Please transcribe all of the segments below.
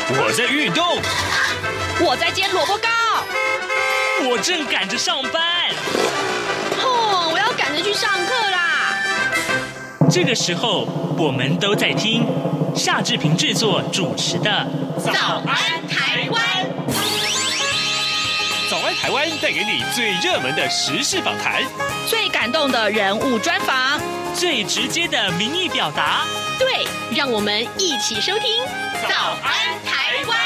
我在运动， 我在煎萝卜糕， 我正赶着上班。 我要赶着去上课啦。 这个时候，我们都在听夏志平制作主持的《 早安台湾》。 早安台湾带给你最热门的时事访谈， 最感动的人物专访， 最直接的民意表达。 对，让我们一起收听《早安台湾》。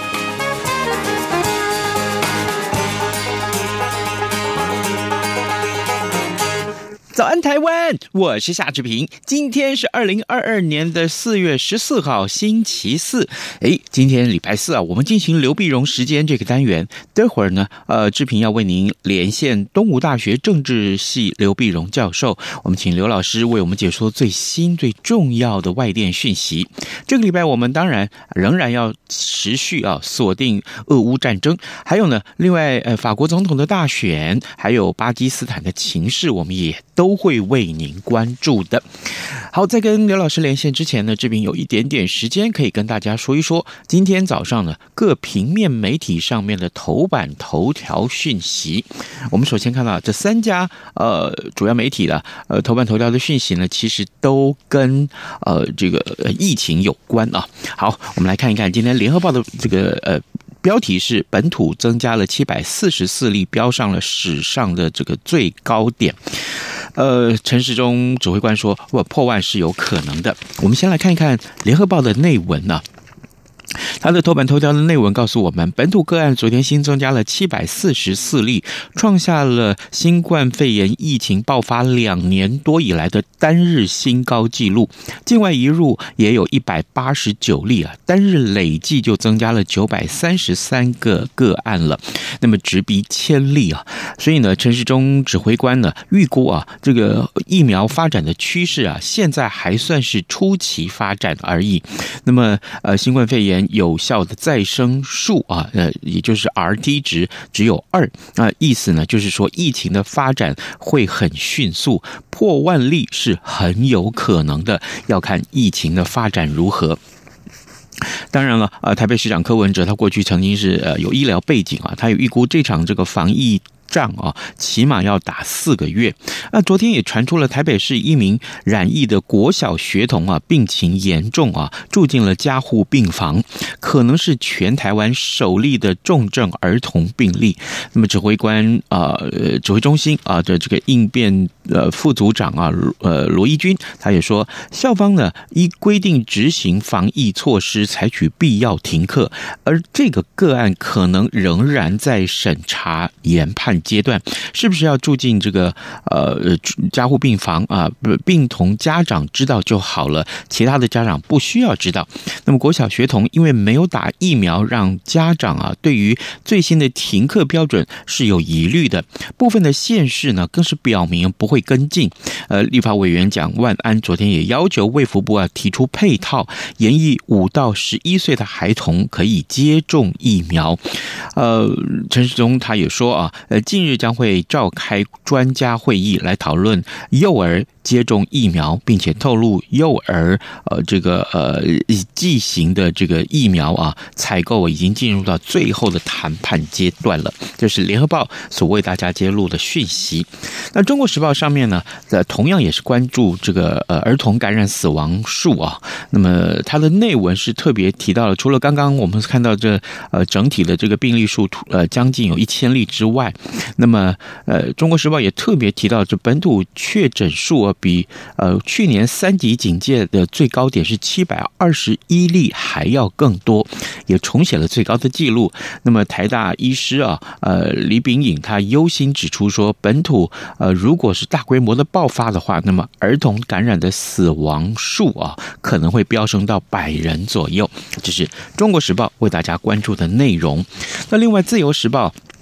早安台湾，我是夏志平。今天是2022年的4月14号，星期四。今天礼拜四啊，我们进行刘碧荣时间这个单元。待会儿呢，志平要为您连线东吴大学政治系刘碧荣教授，我们请刘老师为我们解说最新最重要的外电讯息。这个礼拜我们当然仍然要持续锁定俄乌战争，还有呢，另外法国总统的大选，还有巴基斯坦的情势，我们也都会为您关注的。好，在跟刘老师连线之前呢，这边有一点点时间可以跟大家说一说，今天早上呢，各平面媒体上面的头版头条讯息。我们首先看到这3家主要媒体的头版头条的讯息呢，其实都跟这个疫情有关啊。好，我们来看一看今天联合报的这个标题是本土增加了744例，飙上了史上的这个最高点。陈时中指挥官说，破万是有可能的。我们先来看一看联合报的内文啊。他的头版头条的内文告诉我们，本土个案昨天新增加了744例，创下了新冠肺炎疫情爆发2年多以来的单日新高纪录。境外移入也有189例啊，单日累计就增加了933个个案了，那么直逼1000例啊。所以呢，陈时中指挥官呢预估啊，这个疫苗发展的趋势啊，现在还算是初期发展而已。那么新冠肺炎有效的再生数啊，也就是 RT 值只有2啊，意思呢就是说疫情的发展会很迅速，破万例是很有可能的，要看疫情的发展如何。当然了，台北市长柯文哲他过去曾经是有医疗背景啊，他有预估这场这个防疫仗啊，起码要打4个月。昨天也传出了台北市一名染疫的国小学童啊，病情严重啊，住进了加护病房，可能是全台湾首例的重症儿童病例。那么指挥中心啊的这个应变副组长啊罗一军他也说，校方呢依规定执行防疫措施，采取必要停课，而这个个案可能仍然在审查研判阶段，是不是要住进这个加护病房啊？病童家长知道就好了，其他的家长不需要知道。那么国小学童因为没有打疫苗，让家长啊对于最新的停课标准是有疑虑的。部分的县市呢更是表明不会跟进。立法委员蒋万安昨天也要求卫福部提出配套，研议5到11岁的孩童可以接种疫苗。陈时中他也说近日将会召开专家会议来讨论幼儿接种疫苗，并且透露幼儿剂型的这个疫苗采购已经进入到最后的谈判阶段了。这是联合报所为大家揭露的讯息。那中国时报上面呢，同样也是关注这个儿童感染死亡数啊。那么它的内文是特别提到了，除了刚刚我们看到这整体的这个病例数将近有1000例之外，那么中国时报也特别提到，这本土确诊数比去年3级警戒的最高点是721例还要更多，也重写了最高的记录。那么台大医师李秉颖他忧心指出说，本土如果是大规模的爆发的话，那么儿童感染的死亡数可能会飙升到100人左右。这是中国时报为大家关注的内容。那另外自由时报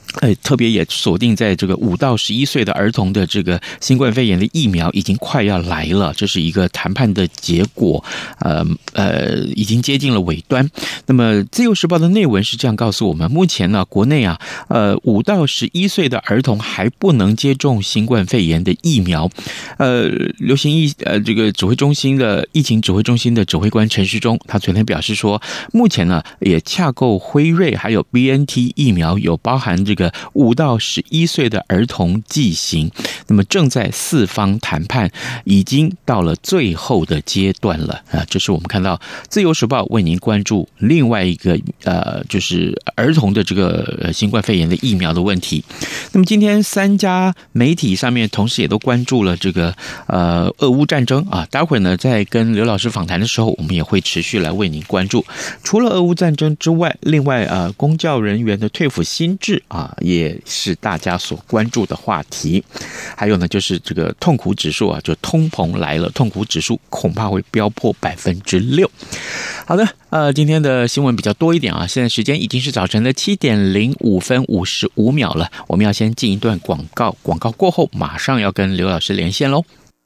特别也锁定在这个5到11岁的儿童的这个新冠肺炎的疫苗已经快要来了，这是一个谈判的结果，已经接近了尾端。那么自由时报的内文是这样告诉我们，目前呢，国内啊，5到11岁的儿童还不能接种新冠肺炎的疫苗。流行这个指挥中心的疫情指挥中心的指挥官陈时中，他昨天表示说，目前呢也洽购辉瑞还有 BNT 疫苗，有包含这个5到11岁的儿童剂型，那么正在4方谈判，已经到了最后的阶段了啊！这是我们看到自由时报为您关注另外一个就是儿童的这个新冠肺炎的疫苗的问题。那么今天3家媒体上面同时也都关注了这个俄乌战争啊，待会儿呢在跟刘老师访谈的时候，我们也会持续来为您关注。除了俄乌战争之外，另外公教人员的退抚新制啊，也是大家所关注的话题。还有呢，就是这个痛苦指数啊，就通膨来了，痛苦指数恐怕会飙破6%。好的，今天的新闻比较多一点啊，现在时间已经是早晨的7点05分55秒了，我们要先进一段广告，广告过后马上要跟刘老师连线喽。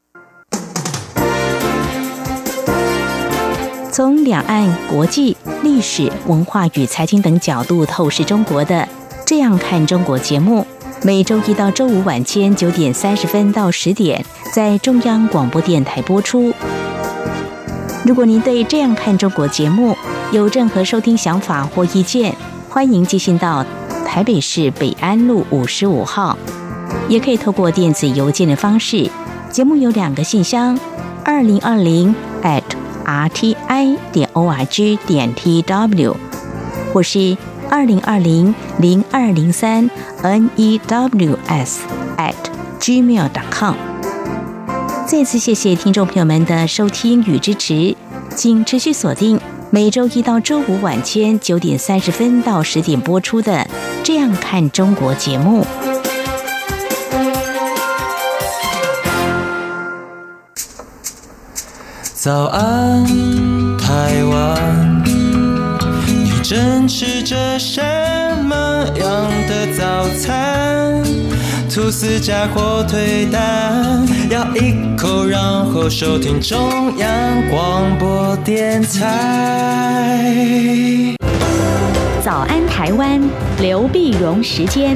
从两岸、国际、历史、文化与财经等角度透视中国的《这样看中国》节目，每周一到周五晚间9点30分到10点在中央广播电台播出。如果您对《这样看中国》节目有任何收听想法或意见，欢迎寄信到台北市北安路55号，也可以透过电子邮件的方式。节目有2个信箱2020@rti.org.tw 或是2020-0203-news@gmail.com。 再次谢谢听众朋友们的收听与支持，请持续锁定每周一到周五晚间9点30分到10点播出的《这样看中国》节目。 早安，台湾，你正吃着什么样的早餐？吐司加火腿蛋，咬一口，然后收听中央广播电台。 早安台湾，刘碧荣时间。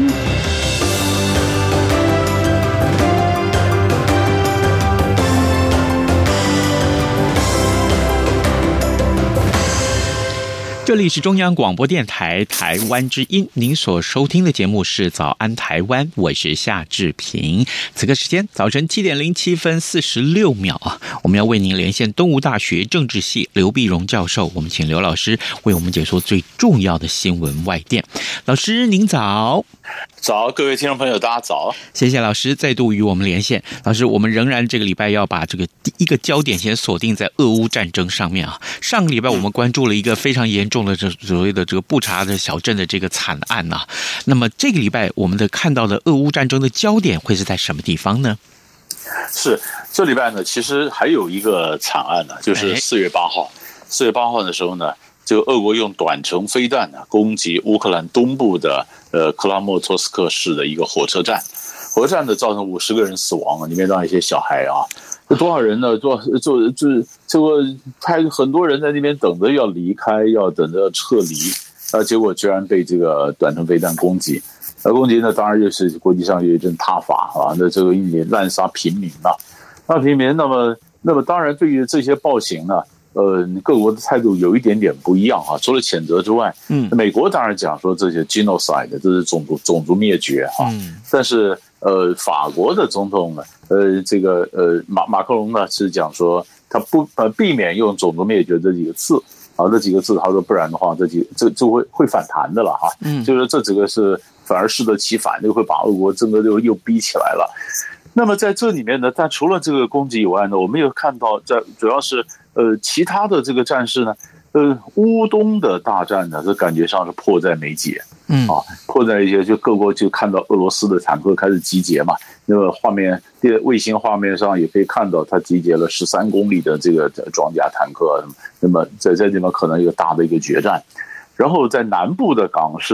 这里是中央广播电台台湾之音，您所收听的节目是早安台湾，我是夏志平。此刻时间早晨7点07分46秒啊，我们要为您连线东吴大学政治系刘碧荣教授，我们请刘老师为我们解说最重要的新闻外电。老师您早。 早，各位听众朋友，大家早！ 谢谢老师再度与我们连线。老师，我们仍然这个礼拜要把这个第一个焦点先锁定在俄乌战争上面啊。上个礼拜我们关注了一个非常严重的所谓的这个布查的小镇的这个惨案啊。那么这个礼拜我们看到的俄乌战争的焦点会是在什么地方呢？ 是这礼拜呢，其实还有一个惨案呢，就是4月8号。4月8号的时候呢，这个俄国用短程飞弹呢攻击乌克兰东部的克拉莫托斯克市的一个火车站，火车站呢造成50个人死亡，里面当然一些小孩啊。这多少人呢？这个还很多人在那边等着要离开，要等着撤离，结果居然被这个短程飞弹攻击。攻击呢，当然就是国际上有一阵挞伐啊，那这个一年滥杀平民啊，那平民，那么当然对于这些暴行呢，各国的态度有一点点不一样啊。除了谴责之外，美国当然讲说这些 genocide， 这是种族灭绝啊。但是法国的总统呢，这个马克龙呢是讲说他避免用种族灭绝这几个字啊，这几个字他说不然的话，这就会反弹的了哈。就是这几个是反而适得其反，就会把俄国整个又逼起来了。那么在这里面呢，但除了这个攻击以外呢，我们又看到主要是其他的这个战事呢，乌东的大战呢，这感觉上是迫在眉睫。迫在一些就各国就看到俄罗斯的坦克开始集结嘛，那么卫星画面上也可以看到，它集结了13公里的这个装甲坦克，那么在这地方可能有大的一个决战。然后在南部的港市呢，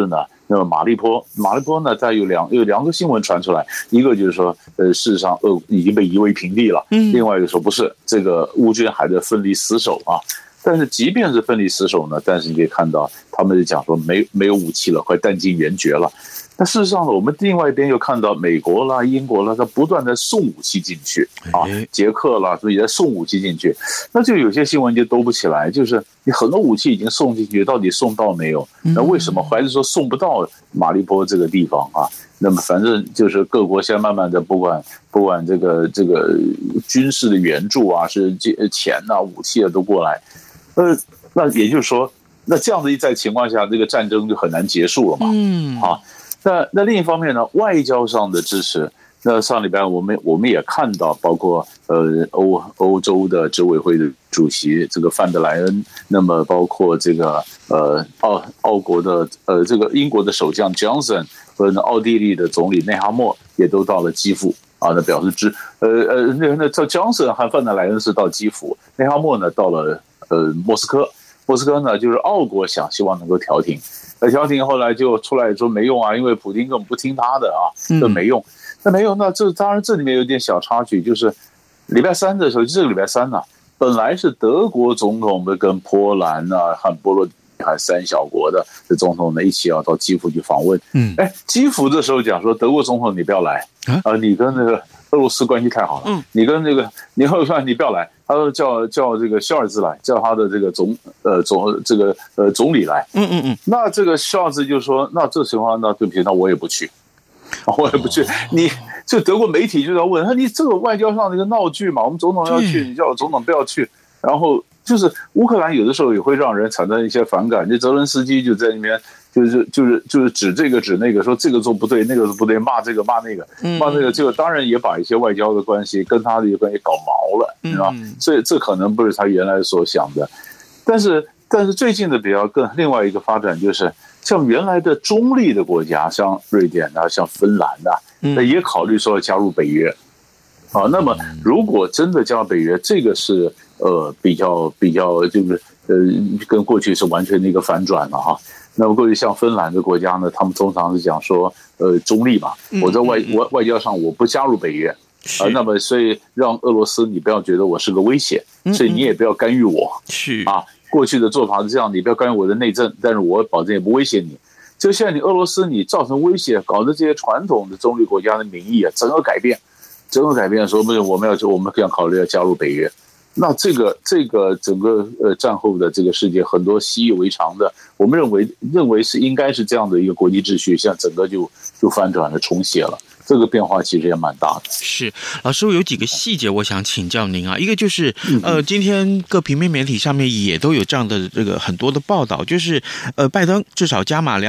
那么马利坡呢，它有两个新闻传出来，一个就是说，事实上已经被夷为平地了，另外一个说不是，这个乌军还在奋力死守啊。但是即便是奋力死守呢，但是你可以看到，他们就讲说没有武器了，快弹尽援绝了。那事实上呢，我们另外一边又看到美国啦、英国啦，它不断的送武器进去啊，捷克啦，所以也在送武器进去。那就有些新闻就兜不起来，就是你很多武器已经送进去，到底送到没有？那为什么还是说送不到马利坡这个地方啊？那么反正就是各国现在慢慢的不管这个军事的援助啊，是钱啊、武器啊都过来，那也就是说，那这样的在情况下，这个战争就很难结束了嘛。啊。那另一方面呢，外交上的支持，那上礼拜我们也看到，包括欧洲的执委会的主席这个范德莱恩，那么包括这个澳国的这个英国的首相 Johnson 和奥地利的总理内哈默也都到了基辅啊，那表示那这 Johnson 和范德莱恩是到基辅，内哈默呢到了莫斯科。莫斯科呢，就是澳国希望能够调停，调停后来就出来说没用啊，因为普丁根本不听他的啊，这没用。那这当然这里面有点小插曲，就是礼拜三的时候，这个礼拜三呢，本来是德国总统跟波兰啊和波罗的海三小国的总统呢一起要到基辅去访问。基辅的时候讲说，德国总统你不要来啊，你跟那个俄罗斯关系太好了，你跟这个你后说你不要来，他说叫这个肖尔兹来，叫他的这个总理来，那这个肖尔兹就说，那这情况那对不起，那我也不去，你这德国媒体就在问他，你这个外交上的一个闹剧嘛，我们总统要去，你叫我总统不要去，然后就是乌克兰有的时候也会让人产生一些反感，就泽伦斯基就在那边。就是指这个指那个，说这个做不对，那个不对，骂这个骂那个，结果当然也把一些外交的关系跟他的关系搞毛了，是吧？所以这可能不是他原来所想的。但是最近的比较另外一个发展就是，像原来的中立的国家，像瑞典啊，像芬兰啊，那也考虑说要加入北约啊。那么如果真的加入北约，这个是比较就是跟过去是完全的一个反转了哈。那么过去像芬兰的国家呢，他们通常是讲说，中立嘛，我在外交上我不加入北约，那么所以让俄罗斯你不要觉得我是个威胁，所以你也不要干预我，是啊，过去的做法是这样，你不要干预我的内政，但是我保证也不威胁你。就现在你俄罗斯你造成威胁，搞得这些传统的中立国家的民意啊，整个改变，说不是我们要考虑要加入北约。那这个整个战后的这个世界，很多习以为常的，我们认为是应该是这样的一个国际秩序，现在整个就翻转了，重写了。这个变化其实也蛮大的。 是，老师，我有几个细节我想请教您啊。一个就是今天各平面媒体上面也都有这样的这个很多的报道，就是拜登至少加码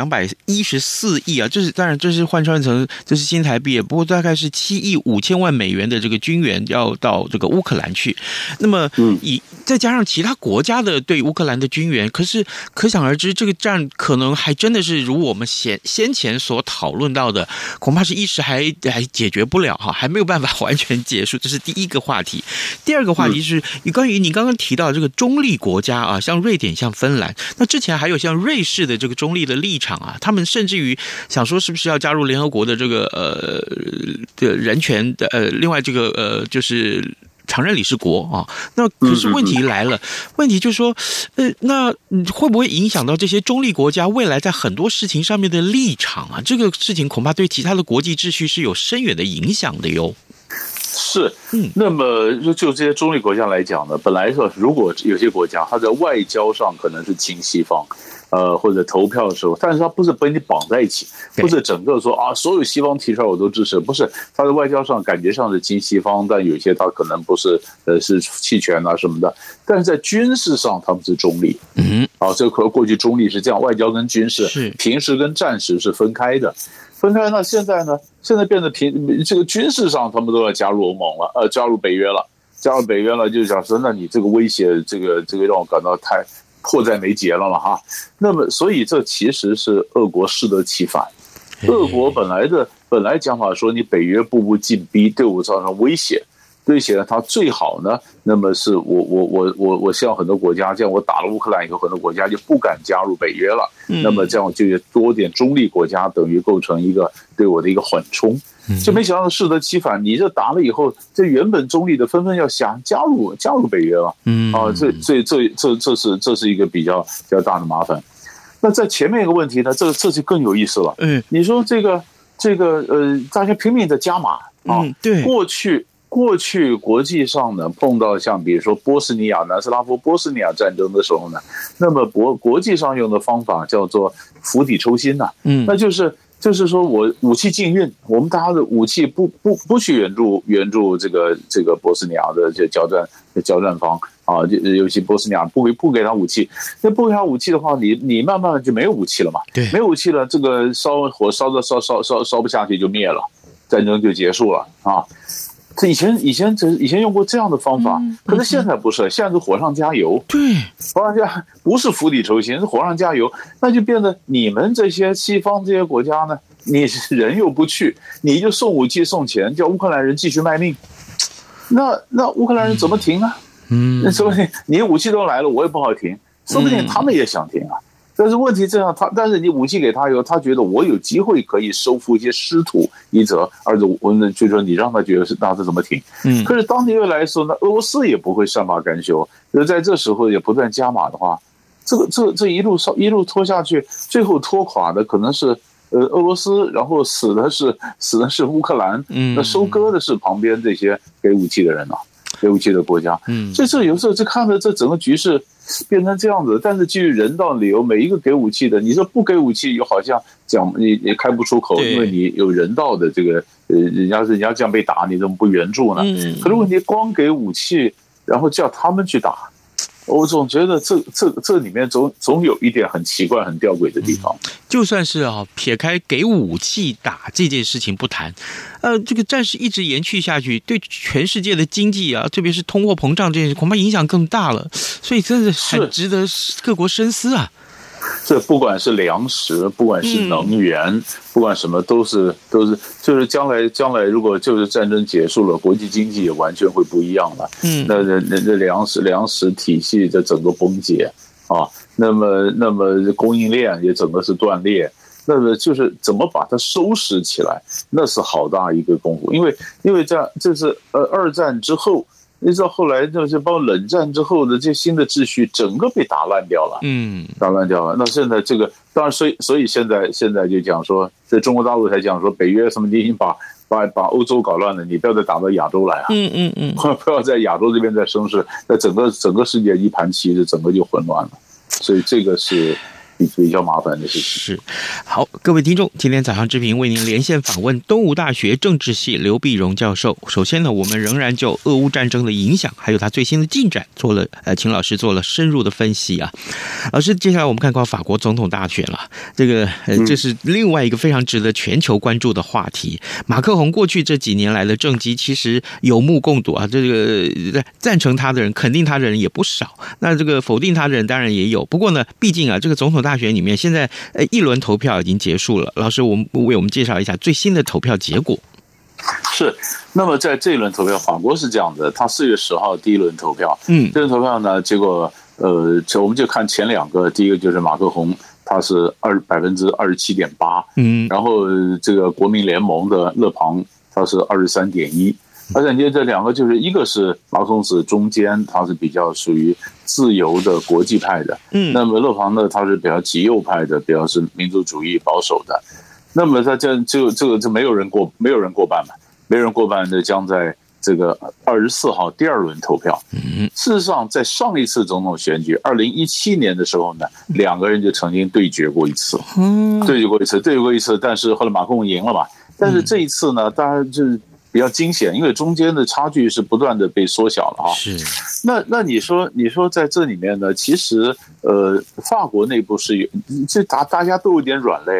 214亿啊，当然这是换算成这是新台币，不过大概是7亿5千万美元的这个军援要到这个乌克兰去。那么再加上其他国家的对乌克兰的军援，可是可想而知，这个战可能还真的是如我们先前所讨论到的，恐怕是一时还解决不了哈，还没有办法完全结束，这是第一个话题。第二个话题是关于你刚刚提到这个中立国家啊，像瑞典、像芬兰，那之前还有像瑞士的这个中立的立场啊，他们甚至于想说是不是要加入联合国的这个人权的另外这个就是常任理事国啊，那可是问题来了，问题就是说，那会不会影响到这些中立国家未来在很多事情上面的立场啊？这个事情恐怕对其他的国际秩序是有深远的影响的哟。 是，那么就这些中立国家来讲呢，本来说如果有些国家它在外交上可能是亲西方。或者投票的时候，但是他不是把你绑在一起，不是整个说啊，所有西方提出来我都支持，不是他在外交上感觉上是亲西方，但有些他可能不是是弃权啊什么的，但是在军事上他们是中立，这过去中立是这样，外交跟军事平时跟战时是分开的。那现在呢？现在变得这个军事上他们都要加入欧盟了，加入北约了，就讲说，那你这个威胁，这个让我感到太迫在眉睫了嘛哈。那么所以这其实是俄国适得其反。俄国本来讲法说，你北约步步进逼，对我造成威胁， 对写了他最好呢，那么是我像很多国家这样，我打了乌克兰以后，很多国家就不敢加入北约了。那么这样就多点中立国家，等于构成一个对我的一个缓冲。就没想到适得其反，你这打了以后，这原本中立的纷纷要想加入北约了。这是一个比较大的麻烦。那在前面一个问题呢，这就更有意思了。你说这个大家拼命的加码啊， 对， 过去国际上呢，碰到像比如说波斯尼亚、南斯拉夫波斯尼亚战争的时候呢，那么国际上用的方法叫做釜底抽薪呐，那就是说我武器禁运，我们大家的武器不去援助这个波斯尼亚的这交战方啊，尤其波斯尼亚不给他武器，那不给他武器的话，你慢慢就没有武器了嘛，对，没有武器了，这个火烧不下去就灭了，战争就结束了啊。这以前用过这样的方法，可是现在不是，现在是火上加油。对，火上加不是釜底抽薪，是火上加油，那就变得你们这些西方这些国家呢，你人又不去，你就送武器送钱，叫乌克兰人继续卖命，那乌克兰人怎么停呢？那说不定你武器都来了，我也不好停，说不定他们也想停啊。但是问题这样，但是你武器给他以后，他觉得我有机会可以收复一些失土一则，而且就说你让他觉得是那他怎么停？可是当你又来的时候呢，俄罗斯也不会善罢甘休，就在这时候也不断加码的话，这一路拖下去，最后拖垮的可能是俄罗斯，然后死的是乌克兰，那收割的是旁边这些给武器的人啊，给武器的国家，所以这有时候就看着这整个局势变成这样子，但是基于人道理由，每一个给武器的，你说不给武器，又好像讲你也开不出口，因为你有人道的这个人家这样被打，你怎么不援助呢？可是问题光给武器，然后叫他们去打，我总觉得这里面总有一点很奇怪、很吊诡的地方。 就算是撇开给武器打这件事情不谈，这个战事一直延续下去，对全世界的经济啊，特别是通货膨胀这件事，恐怕影响更大了。所以真的很值得各国深思啊。 这不管是粮食，不管是能源，不管什么都是，就是将来如果就是战争结束了，国际经济也完全会不一样了。那粮食体系的整个崩解啊，那么供应链也整个是断裂。那么就是怎么把它收拾起来，那是好大一个功夫。因为这是二战之后。你知道后来就是包括冷战之后的这新的秩序，整个被打烂掉了。打烂掉了。那现在这个当然，所以现在就讲说，在中国大陆才讲说，北约什么你已经把欧洲搞乱了，你不要再打到亚洲来啊。不要在亚洲这边再生事，在整个世界一盘棋子，整个就混乱了。所以这个是比较麻烦的事情。 是，好，各位听众，今天早上之平为您连线访问东吴大学政治系刘碧荣教授。首先呢，我们仍然就俄乌战争的影响，还有它最新的进展，请老师做了深入的分析啊。老师，接下来我们看法国总统大选了，这是另外一个非常值得全球关注的话题。马克宏过去这几年来的政绩其实有目共睹啊，这个赞成他的人、肯定他的人也不少，那这个否定他的人当然也有。不过呢，毕竟啊，这个总统大选里面，现在一轮投票已经结束了。老师，为我们介绍一下最新的投票结果。 是，那么在这一轮投票，法国是这样的，他4月10号第一轮投票，这轮投票呢，结果我们就看前两个，第一个就是马克宏，他是27.8%，然后这个国民联盟的勒庞，他是23.1%。而且这两个就是一个是马克宏是中间，他是比较属于自由的国际派的，那么勒庞呢，他是比较极右派的，比较是民族主义保守的。那么他这没有人过半嘛，没人过半的将在这个24号第二轮投票。事实上，在上一次总统选举2017年的时候呢，两个人就曾经对决过一次，但是后来马克宏赢了嘛。但是这一次呢，当然就是比较惊险，因为中间的差距是不断的被缩小了啊。是。那你说在这里面呢，其实法国内部是有，这大家都有点软肋。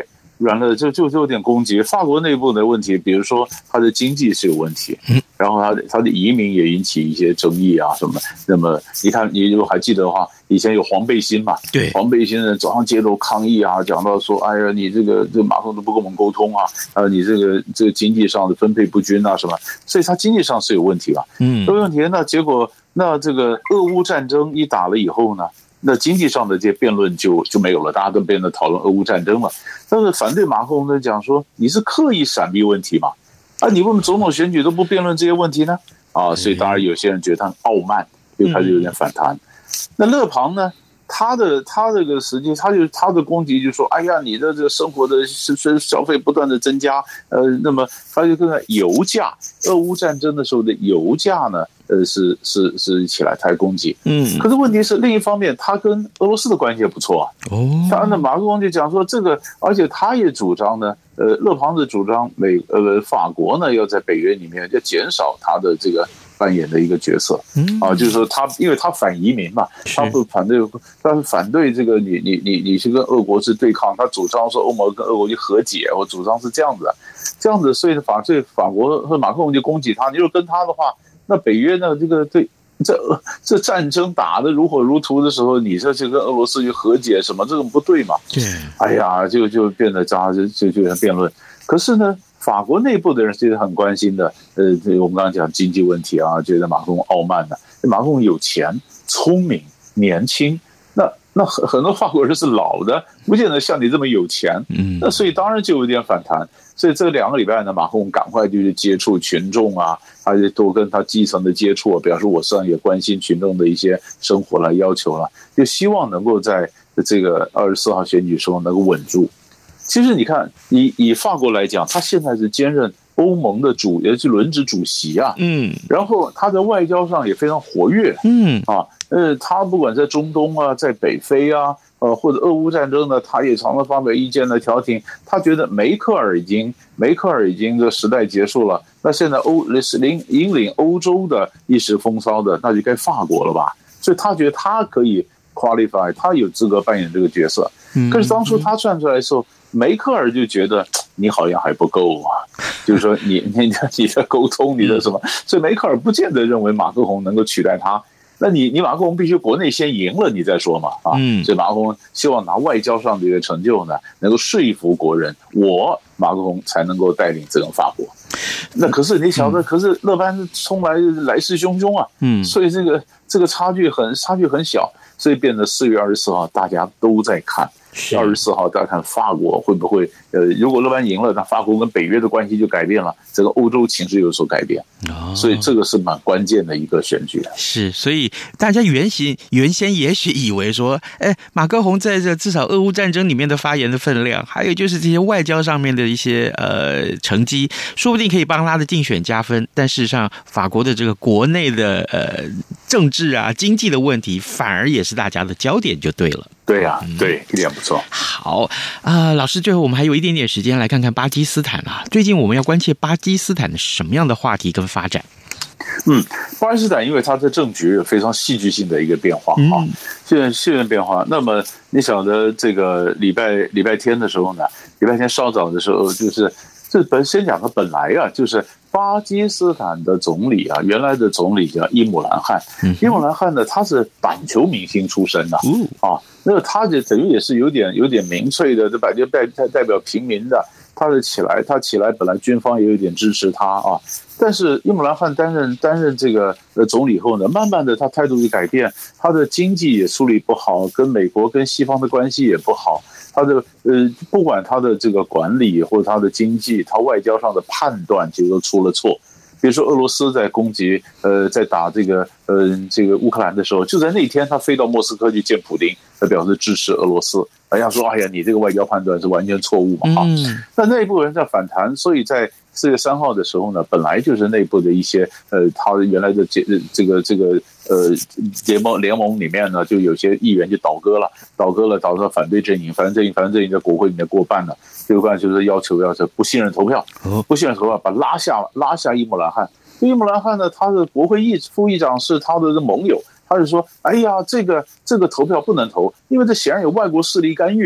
软了就有点攻击。法国内部的问题，比如说它的经济是有问题，然后它的移民也引起一些争议啊什么。那么你看，你如果还记得的话，以前有黄背心嘛， 对， 黄背心的走上街头抗议啊，讲到说，哎呀，你这马克龙都不跟我们沟通啊，你这个经济上的分配不均啊什么，所以它经济上是有问题啊，有问题。那结果那这个俄乌战争一打了以后呢？那经济上的这些辩论就没有了，大家都变得讨论俄乌战争了。但是反对马克龙的讲说，你是刻意闪避问题嘛？你为什么总统选举都不辩论这些问题呢？所以当然有些人觉得他很傲慢，就开始有点反弹。那勒庞呢？他这个实际，他的攻击就说，哎呀，你的这个生活的消费不断的增加，那么他就跟油价，俄乌战争的时候的油价呢，是起来台攻击，可是问题是另一方面，他跟俄罗斯的关系也不错啊。他那马克龙就讲说这个，而且他也主张呢，勒庞的主张法国呢要在北约里面要减少他的这个扮演的一个角色，就是说因为他反移民嘛，他不反对，他是反对这个你是跟俄国是对抗，他主张说欧盟跟俄国去和解，我主张是这样子，所以法国和马克龙就攻击他，你如果跟他的话，那北约呢这战争打得如火如荼的时候，你这就跟俄罗斯去和解什么，这个不对嘛？对，哎呀，就变得就辩论，可是呢。法国内部的人其实很关心的，我们刚刚讲经济问题啊，觉得马克龙傲慢的，马克龙有钱、聪明、年轻，那很多法国人是老的，不见得像你这么有钱，那所以当然就有点反弹。所以这2个礼拜呢，马克龙赶快就去接触群众啊，他就多跟他基层的接触，表示我实际上也关心群众的一些生活了、要求了，就希望能够在这个24号选举时候能够稳住。其实你看，以法国来讲，他现在是兼任欧盟的也是轮值主席啊，然后他在外交上也非常活跃，他不管在中东啊，在北非啊，或者俄乌战争呢，他也常常发表意见的调停。他觉得梅克尔已经这时代结束了，那现在引领欧洲的一时风骚的，那就该法国了吧？所以他觉得他可以 qualify， 他有资格扮演这个角色。可是当初他站出来的时候，梅克尔就觉得你好像还不够啊，就是说你的沟通，你的什么，所以梅克尔不见得认为马克龙能够取代他。那你马克龙必须国内先赢了，你再说嘛啊！所以马克龙希望拿外交上的一个成就呢，能够说服国人，我马克龙才能够带领整个法国。那可是你晓得，可是勒班冲来势汹汹啊，所以这个差距很小，所以变得4月24号大家都在看。24号大家看法国会不会如果勒班赢了，那法国跟北约的关系就改变了，这个欧洲情势有所改变，所以这个是蛮关键的一个选举。 是，所以大家原先也许以为说，马克宏在这至少俄乌战争里面的发言的分量，还有就是这些外交上面的一些成绩，说不定可以帮他的竞选加分。但事实上，法国的这个国内的政治啊、经济的问题，反而也是大家的焦点，就对了。 对呀，对，一点不错。 好老师，最后我们还有一点点时间来看看巴基斯坦啊。最近我们要关切巴基斯坦的什么样的话题跟发展？ 巴基斯坦因为它的政局有非常戏剧性的一个变化啊，戏剧变化。那么你晓得这个礼拜天的时候呢，礼拜天稍早的时候，就是先讲他本来啊，就是巴基斯坦的总理啊，原来的总理叫伊姆兰汗。伊姆兰汗呢，他是板球明星出身的那他就等于也是有点民粹的，这板球代表平民的。他起来，本来军方也有点支持他啊，但是伊姆兰汗担任这个总理后呢，慢慢的他态度就改变，他的经济也处理不好，跟美国跟西方的关系也不好，他的不管他的这个管理或者他的经济，他外交上的判断其实都出了错。比如说俄罗斯在攻击在打这个乌克兰的时候，就在那天他飞到莫斯科去见普丁，他表示支持俄罗斯。人家说，哎呀，你这个外交判断是完全错误嘛那内部人在反弹，所以在4月3号的时候呢，本来就是内部的一些他原来的这个联盟里面呢，就有些议员就倒戈了，导致反对阵营在国会里面过半了。这个办就是要求不信任投票，把拉下伊姆兰汗。伊姆兰汗呢，他的国会副议长是他的盟友，他就说，哎呀，这个投票不能投，因为这显然有外国势力干预啊。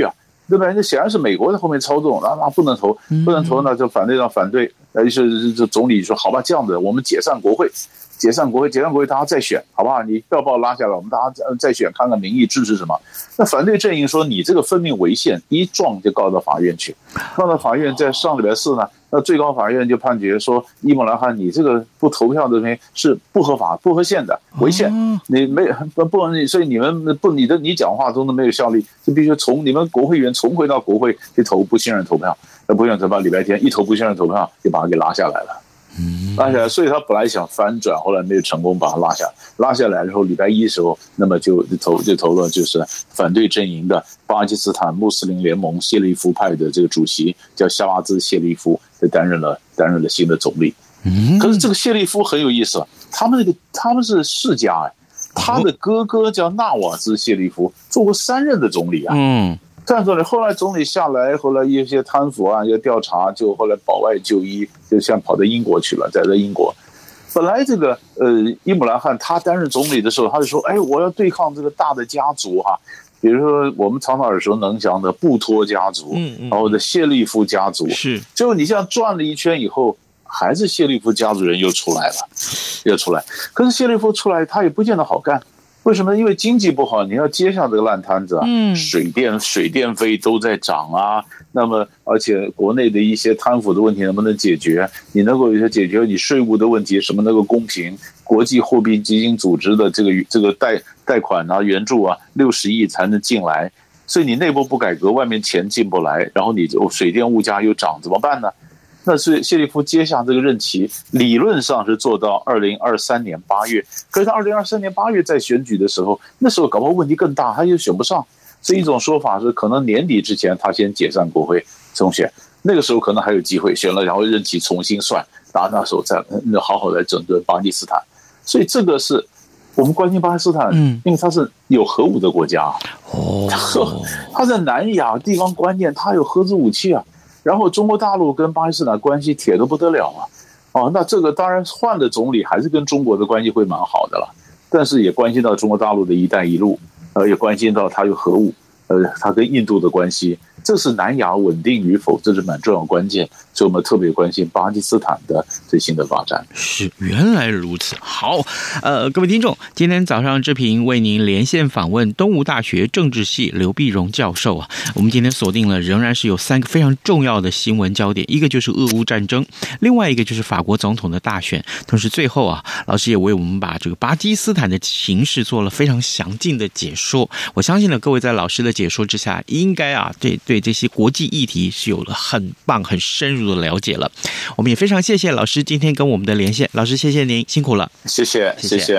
对吧？那显然是美国在后面操纵，那不能投，不能投，那就反对，就总理说好吧，这样子我们解散国会，大家再选，好不好？你不要把我拉下来，我们大家再选，看看民意支持什么。那反对阵营说你这个分明违宪，一状就告到法院去，告到法院，在上礼拜四呢，那最高法院就判决说，伊姆兰汗你这个不投票的东西是不合法、不合宪的，违宪，你没不能，所以你们不你讲话中都没有效力，就必须从你们国会议员重回到国会去投不信任投票，不信任投票礼拜天一投不信任投票就把他给拉下来了。拉下来，所以他本来想翻转，后来没有成功把他拉下来之后，礼拜一的时候，那么就投了就是反对阵营的巴基斯坦穆斯林联盟谢利夫派的这个主席叫夏巴兹谢利夫，就担任了新的总理。可是这个谢利夫很有意思，他们是世家他的哥哥叫纳瓦兹谢利夫，做过3任的总理啊。但是后来总理下来，后来一些贪腐案要调查，就后来保外就医，就像跑到英国去了，在英国。本来这个伊姆兰汗他担任总理的时候，他就说，我要对抗这个大的家族哈，比如说我们常常耳熟能详的布托家族，然后的谢利夫家族，是。结果你这样转了一圈以后，还是谢利夫家族人又出来了，可是谢利夫出来，他也不见得好干。为什么？因为经济不好，你要接下这个烂摊子啊！水电费都在涨啊。那么，而且国内的一些贪腐的问题能不能解决？你能够解决你税务的问题，什么能够公平？国际货币基金组织的这个贷款啊、援助啊，60亿才能进来。所以你内部不改革，外面钱进不来，然后你水电物价又涨，怎么办呢？那是谢利夫接下这个任期，理论上是做到2023年8月，可是他2023年8月在选举的时候，那时候搞不好问题更大，他又选不上。所以一种说法是，可能年底之前他先解散国会重选，那个时候可能还有机会选了，然后任期重新算，然后那时候再好好来整顿巴基斯坦。所以这个是我们关心巴基斯坦，因为它是有核武的国家，它在南亚地方关键，它有核子武器啊。然后中国大陆跟巴基斯坦关系铁得不得了啊！那这个当然换了总理还是跟中国的关系会蛮好的了，但是也关系到中国大陆的一带一路，也关系到它有核武，它跟印度的关系，这是南亚稳定与否，这是蛮重要的关键，所以我们特别关心巴基斯坦的最新的发展。 是，原来如此。好，各位听众，今天早上志平为您连线访问东吴大学政治系刘碧荣教授啊。我们今天锁定了仍然是有3个非常重要的新闻焦点，一个就是俄乌战争，另外一个就是法国总统的大选，同时最后啊，老师也为我们把这个巴基斯坦的情势做了非常详尽的解说。我相信呢，各位在老师的解说之下，应该啊对这些国际议题是有了很棒、很深入的了解了。我们也非常谢谢老师今天跟我们的连线，老师谢谢您，辛苦了， 谢谢。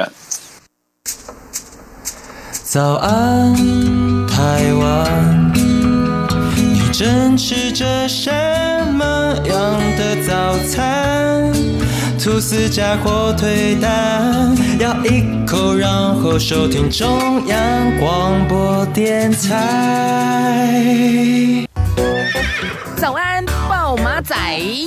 早安，台湾，你正吃着什么样的早餐？吐司加火腿蛋，咬一口，然后收听中央广播电台。 早安，暴马仔。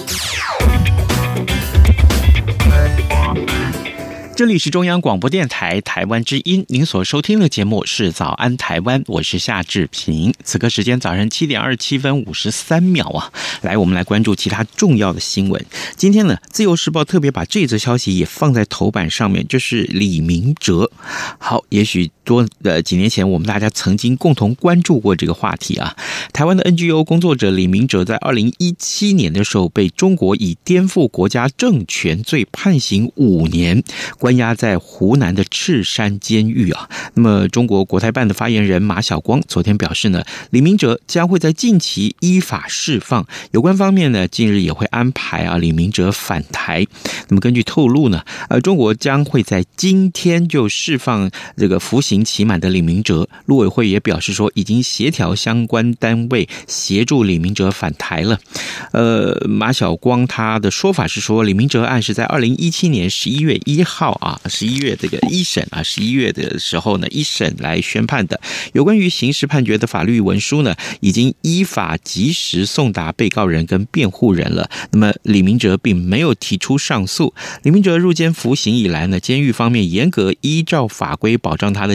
这里是中央广播电台台湾之音，您所收听的节目是早安台湾，我是夏志平。此刻时间早上7点27分53秒啊，我们来关注其他重要的新闻。今天呢，自由时报特别把这则消息也放在头版上面，就是李明哲。好，也许几年前我们大家曾经共同关注过这个话题啊。台湾的 NGO 工作者李明哲在2017年的时候被中国以颠覆国家政权罪判刑5年，关押在湖南的赤山监狱啊。那么中国国台办的发言人马晓光昨天表示呢，李明哲将会在近期依法释放，有关方面呢近日也会安排李明哲返台。那么根据透露呢，中国将会在今天就释放这个服刑期满的李明哲。陆委会也表示说，已经协调相关单位协助李明哲返台了。马晓光他的说法是说，李明哲案是在2017年11月1号11月这个一审11月的时候呢，一审来宣判的。有关于刑事判决的法律文书呢，已经依法及时送达被告人跟辩护人了。那么李明哲并没有提出上诉。李明哲入监服刑以来呢，监狱方面严格依照法规保障他的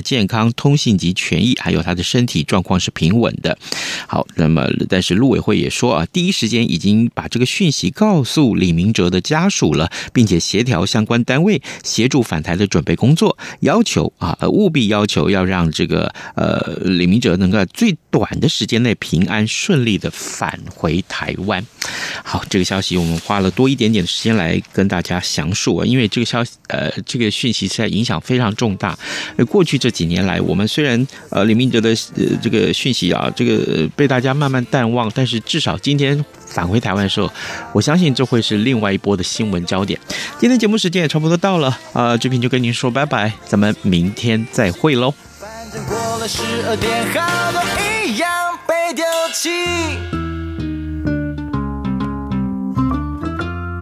健康、通信及权益，还有他的身体状况是平稳的。好，那么但是陆委会也说啊，第一时间已经把这个讯息告诉李明哲的家属了，并且协调相关单位协助返台的准备工作，要求务必要求要让这个李明哲能够最短的时间内平安顺利的返回台湾。好，这个消息我们花了多一点点的时间来跟大家详述啊，因为这个这个讯息实在影响非常重大。过去这几年来，我们虽然李明哲的这个讯息啊，这个被大家慢慢淡忘，但是至少今天返回台湾的时候，我相信这会是另外一波的新闻焦点。今天节目时间也差不多到了志平就跟您说拜拜，咱们明天再会喽。 反正过了12点，好多一样被丢弃。